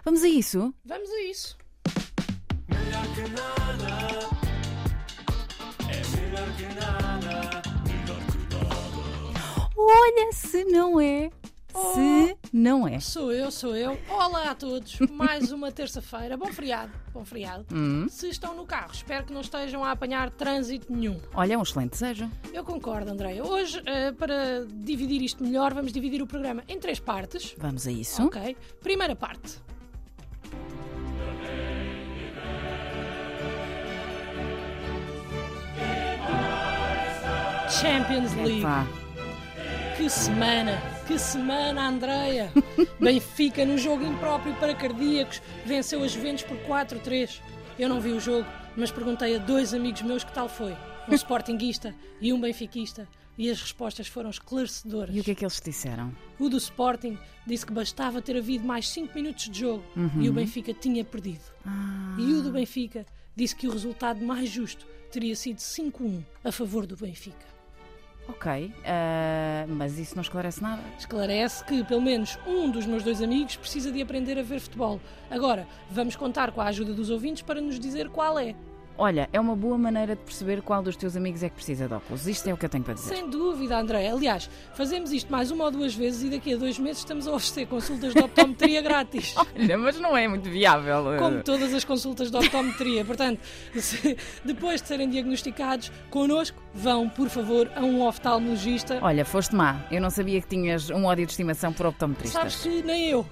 Vamos a isso? Vamos a isso. Melhor que nada. É melhor que nada. Melhor que nada. Olha, se não é. Se não é. Sou eu. Olá a todos. Mais uma terça-feira. Bom feriado. Se estão no carro, espero que não estejam a apanhar trânsito nenhum. Olha, um excelente desejo. Eu concordo, Andreia. Hoje, para dividir isto melhor, vamos dividir o programa em 3 partes. Vamos a isso. Ok. Primeira parte. Champions League. Epá. Que semana, Andreia! Benfica, num jogo impróprio para cardíacos, venceu a Juventus por 4-3. Eu não vi o jogo, mas perguntei a 2 amigos meus que tal foi. Um sportinguista e um benfiquista. E as respostas foram esclarecedoras. E o que é que eles disseram? O do Sporting disse que bastava ter havido mais 5 minutos de jogo e o Benfica tinha perdido. E o do Benfica disse que o resultado mais justo teria sido 5-1 a favor do Benfica. Ok, mas isso não esclarece nada. Esclarece que, pelo menos, um dos meus 2 amigos precisa de aprender a ver futebol. Agora, vamos contar com a ajuda dos ouvintes para nos dizer qual é. Olha, é uma boa maneira de perceber qual dos teus amigos é que precisa de óculos. Isto é o que eu tenho para dizer. Sem dúvida, André. Aliás, fazemos isto mais 1 ou 2 vezes e daqui a 2 meses estamos a oferecer consultas de optometria grátis. Olha, mas não é muito viável. Como todas as consultas de optometria. Portanto, depois de serem diagnosticados, connosco, vão, por favor, a um oftalmologista. Olha, foste má. Eu não sabia que tinhas um ódio de estimação por optometristas. Sabes que nem eu.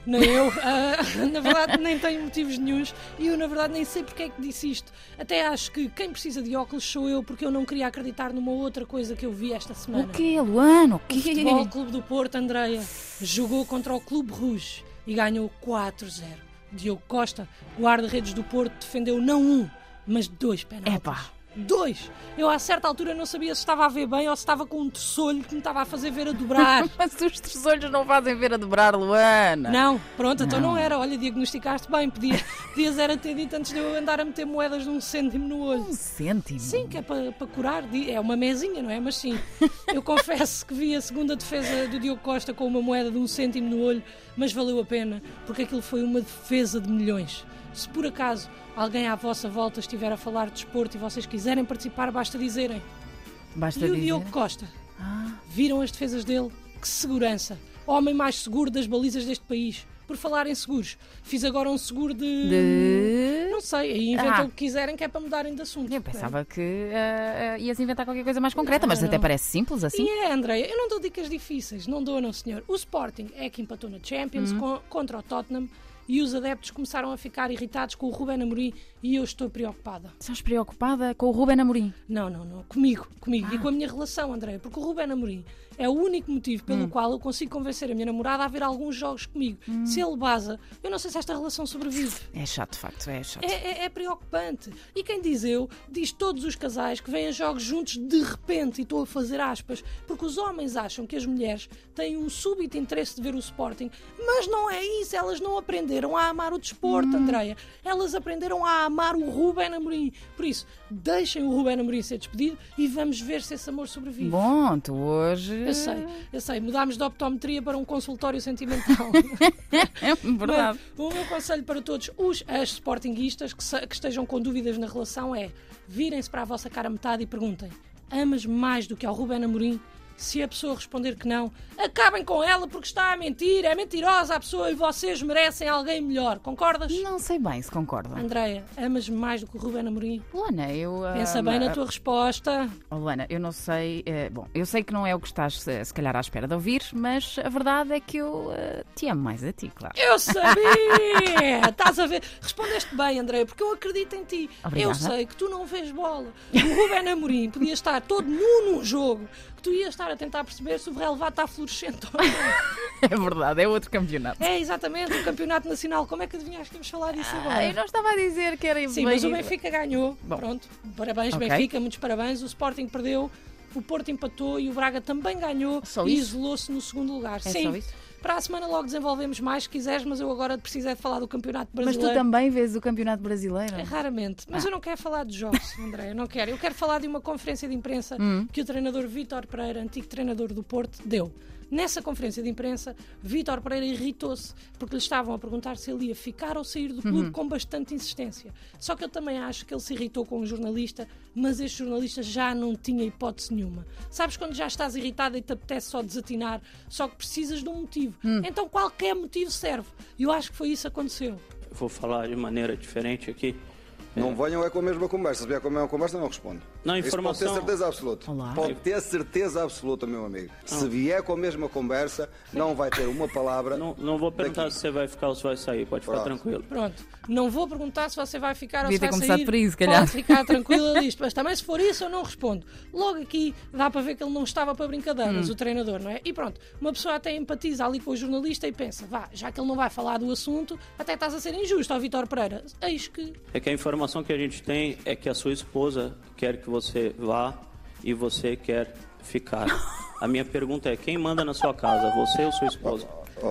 Na verdade, nem tenho motivos nenhuns e eu, na verdade, nem sei porque é que disse isto. Até acho que quem precisa de óculos sou eu, porque eu não queria acreditar numa outra coisa que eu vi esta semana. O quê, Luana? O quê? O Futebol Clube do Porto, Andreia, jogou contra o Clube Rouge e ganhou 4-0. Diogo Costa, guarda-redes do Porto, defendeu não 1, mas 2 penaltis. Epá. 2! Eu a certa altura não sabia se estava a ver bem ou se estava com um terçolho que me estava a fazer ver a dobrar. Mas os terçolhos não fazem ver a dobrar, Luana. Não, pronto, então não era. Olha, diagnosticaste bem. Podias era ter dito antes de eu andar a meter moedas de 1 cêntimo no olho. 1 cêntimo? Sim, que é para curar. É uma mesinha, não é? Mas sim, eu confesso que vi a segunda defesa do Diogo Costa com uma moeda de 1 cêntimo no olho, mas valeu a pena, porque aquilo foi uma defesa de milhões. Se por acaso alguém à vossa volta estiver a falar de desporto e vocês quiserem participar, basta dizerem. Basta E o dizer. Diogo Costa? Viram as defesas dele? Que segurança! Homem mais seguro das balizas deste país. Por falar em seguros, fiz agora um seguro de... Não sei, aí inventam o que quiserem, que é para mudarem de assunto. Eu pensava que ias inventar qualquer coisa mais concreta, mas até parece simples assim. E é, Andreia, eu não dou dicas difíceis, não dou, não senhor. O Sporting é que empatou na Champions contra o Tottenham e os adeptos começaram a ficar irritados com o Ruben Amorim e eu estou preocupada. Estás preocupada com o Ruben Amorim? Não, comigo e com a minha relação, Andreia, porque o Ruben Amorim é o único motivo pelo qual eu consigo convencer a minha namorada a ver alguns jogos comigo. Se ele baza, eu não sei se esta relação sobrevive. É chato, de facto, é chato. É preocupante. E quem diz eu, diz todos os casais que vêm a jogos juntos de repente, e estou a fazer aspas, porque os homens acham que as mulheres têm um súbito interesse de ver o Sporting, mas não é isso, elas não aprenderam a amar o desporto, Andreia. Elas aprenderam a amar o Ruben Amorim. Por isso, deixem o Ruben Amorim ser despedido e vamos ver se esse amor sobrevive. Bom, tu hoje... Eu sei, mudámos de optometria para um consultório sentimental. É verdade. Mas, o meu conselho para todos as sportinguistas que estejam com dúvidas na relação é: virem-se para a vossa cara metade e perguntem: amas mais do que ao Ruben Amorim? Se a pessoa responder que não, acabem com ela porque está a mentir, é mentirosa a pessoa e vocês merecem alguém melhor. Concordas? Não sei bem se concordo. Andreia, amas mais do que o Ruben Amorim? Luana, eu... Pensa bem na tua resposta. Luana, eu não sei... bom, eu sei que não é o que estás, se calhar, à espera de ouvir, mas a verdade é que eu te amo mais a ti, claro. Eu sabia! Estás a ver? Respondeste bem, Andreia, porque eu acredito em ti. Obrigada. Eu sei que tu não vês bola. O Ruben Amorim podia estar todo nu num jogo que tu ias estar a tentar perceber se o relevado está fluorescente ou não. É verdade, é outro campeonato. É, exatamente, o campeonato nacional. Como é que adivinhaste que íamos falar disso agora? Eu não estava a dizer que era... Sim, mas o Benfica ganhou. Bom. Pronto, parabéns, Ok. Benfica, muitos parabéns. O Sporting perdeu, o Porto empatou e o Braga também ganhou Só e isso? isolou-se no segundo lugar. É Sim, só isso? para a semana logo desenvolvemos mais, se quiseres, mas eu agora preciso é de falar do Campeonato Mas Brasileiro. tu também vês o campeonato brasileiro? Raramente, mas eu não quero falar de jogos, André, eu não quero. Eu quero falar de uma conferência de imprensa que o treinador Vítor Pereira, antigo treinador do Porto, deu. Nessa conferência de imprensa, Vítor Pereira irritou-se porque lhe estavam a perguntar se ele ia ficar ou sair do clube com bastante insistência. Só que eu também acho que ele se irritou com um jornalista, mas este jornalista já não tinha hipótese nenhuma. Sabes quando já estás irritado e te apetece só desatinar, só que precisas de um motivo. Então qualquer motivo serve. E eu acho que foi isso que aconteceu. Eu vou falar de maneira diferente aqui. Não venham com a mesma conversa. Se vier com a mesma conversa, não respondo. Não, Isso informação- pode ter certeza absoluta. Olá. Pode ter certeza absoluta, meu amigo. Se vier com a mesma conversa, não vai ter uma palavra. Não vou perguntar daqui. se você vai ficar ou se vai sair, pode ficar Pronto. tranquilo. Pronto, não vou perguntar se você vai ficar Devia ou se ter vai começado sair. por isso, se calhar. Pode ficar tranquila disto, mas também se for isso eu não respondo. Logo aqui dá para ver que ele não estava para brincadeiras, o treinador, não é? E pronto, uma pessoa até empatiza ali com o jornalista e pensa, vá, já que ele não vai falar do assunto, até estás a ser injusto ao Vítor Pereira. Eis que... É que a informação que a gente tem é que a sua esposa quer que você vá e você quer ficar. A minha pergunta é, quem manda na sua casa, você ou sua esposa?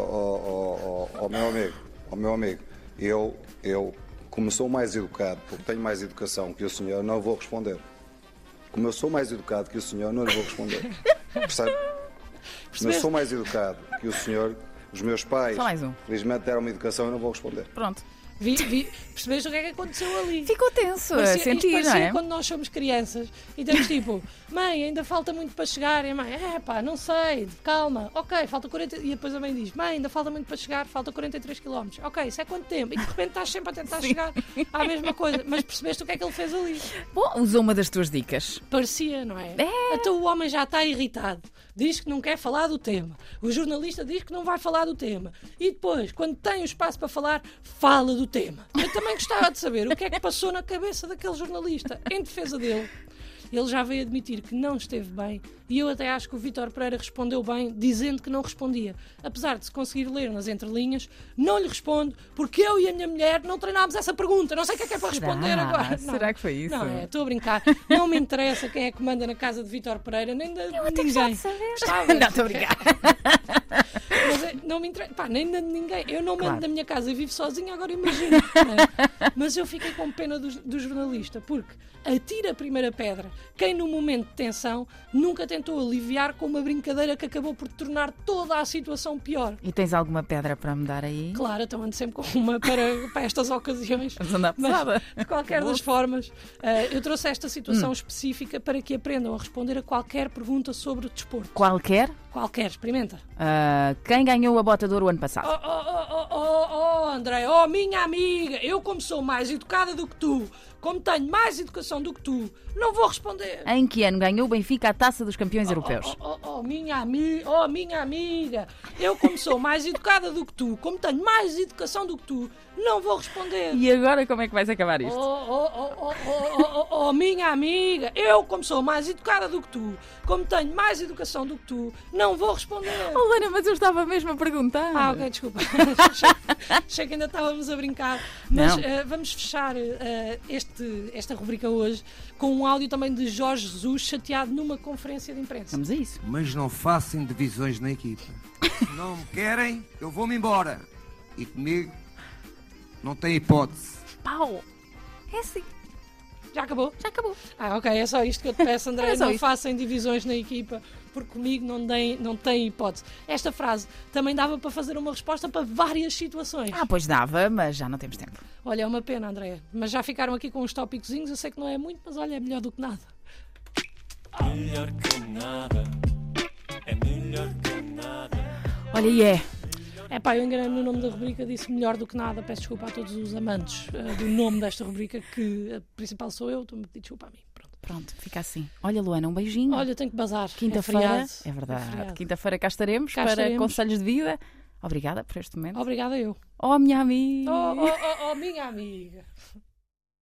Meu amigo, eu, como sou mais educado, porque tenho mais educação que o senhor, não vou responder. Como eu sou mais educado que o senhor, não lhe vou responder. Percebe? Como eu sou mais educado que o senhor, os meus pais, Só mais um. felizmente deram uma educação e não vou responder. Pronto. Percebeste o que é que aconteceu ali? Ficou tenso, Parecia- a isto sentir, não parecia é? quando nós somos crianças e temos tipo, mãe, ainda falta muito para chegar. E a mãe, não sei, calma, ok, falta 40. E depois a mãe diz, mãe, ainda falta muito para chegar, falta 43 km. Ok, isso é quanto tempo? E de repente estás sempre a tentar chegar à mesma coisa. Mas percebeste o que é que ele fez ali? Bom, usou uma das tuas dicas. Parecia, não é? Então o homem já está irritado. Diz que não quer falar do tema. O jornalista diz que não vai falar do tema. E depois, quando tem o espaço para falar, fala do tema. Eu também gostava de saber o que é que passou na cabeça daquele jornalista. Em defesa dele, ele já veio admitir que não esteve bem e eu até acho que o Vítor Pereira respondeu bem, dizendo que não respondia. Apesar de se conseguir ler nas entrelinhas, não lhe respondo porque eu e a minha mulher não treinámos essa pergunta. Não sei o que é para responder agora. Não. Será que foi isso? Não, estou a brincar. Não me interessa quem é que manda na casa de Vítor Pereira, nem de ninguém. Gostava. Não, estou a brincar. Mas não me interessa, pá, nem de ninguém. Eu não mando Claro. da minha casa e vivo sozinha, agora imagina. Mas eu fiquei com pena do jornalista, porque atira a primeira pedra quem no momento de tensão nunca tentou aliviar com uma brincadeira que acabou por tornar toda a situação pior. E tens alguma pedra para me dar aí? Claro, então ando sempre com uma para estas ocasiões. Vamos andar Mas, pesada. de qualquer das formas, eu trouxe esta situação específica para que aprendam a responder a qualquer pergunta sobre o desporto. Qualquer? Qualquer, experimenta. Quem ganhou a Bota de Ouro ano passado? André, minha amiga, eu como sou mais educada do que tu, como tenho mais educação do que tu, não vou responder. Em que ano ganhou o Benfica a Taça dos Campeões Europeus? Minha amiga, eu como sou mais educada do que tu, como tenho mais educação do que tu, não vou responder. E agora como é que vais acabar isto? Minha amiga, eu como sou mais educada do que tu, como tenho mais educação do que tu, não vou responder. Oh, Lana, mas eu estava mesmo a perguntar. Ok, desculpa. Achei que ainda estávamos a brincar. Mas Não. vamos fechar esta rubrica hoje com um áudio também de Jorge Jesus chateado numa conferência de imprensa. Vamos a isso. Mas não façam divisões na equipa. Se não me querem, eu vou-me embora. E comigo não tem hipótese. Pau! É assim. Já acabou? Já acabou. Ok, é só isto que eu te peço, André. É só Não isto. façam divisões na equipa, porque comigo não tem hipótese. Esta frase também dava para fazer uma resposta para várias situações. Pois dava, mas já não temos tempo. Olha, é uma pena, André. Mas já ficaram aqui com uns tópicozinhos. Eu sei que não é muito, mas olha, é melhor do que nada. Melhor que nada. É melhor que nada. Olha, e é. Eu enganei-me no nome da rubrica, disse melhor do que nada. Peço desculpa a todos os amantes do nome desta rubrica, que a principal sou eu. Estou-me a pedir desculpa a mim. Pronto. Pronto, fica assim. Olha, Luana, um beijinho. Olha, tenho que bazar. Quinta-feira. É verdade. feriado. Quinta-feira cá estaremos Cá para estaremos. conselhos de vida. Obrigada por este momento. Obrigada eu. Oh, minha amiga. Minha amiga.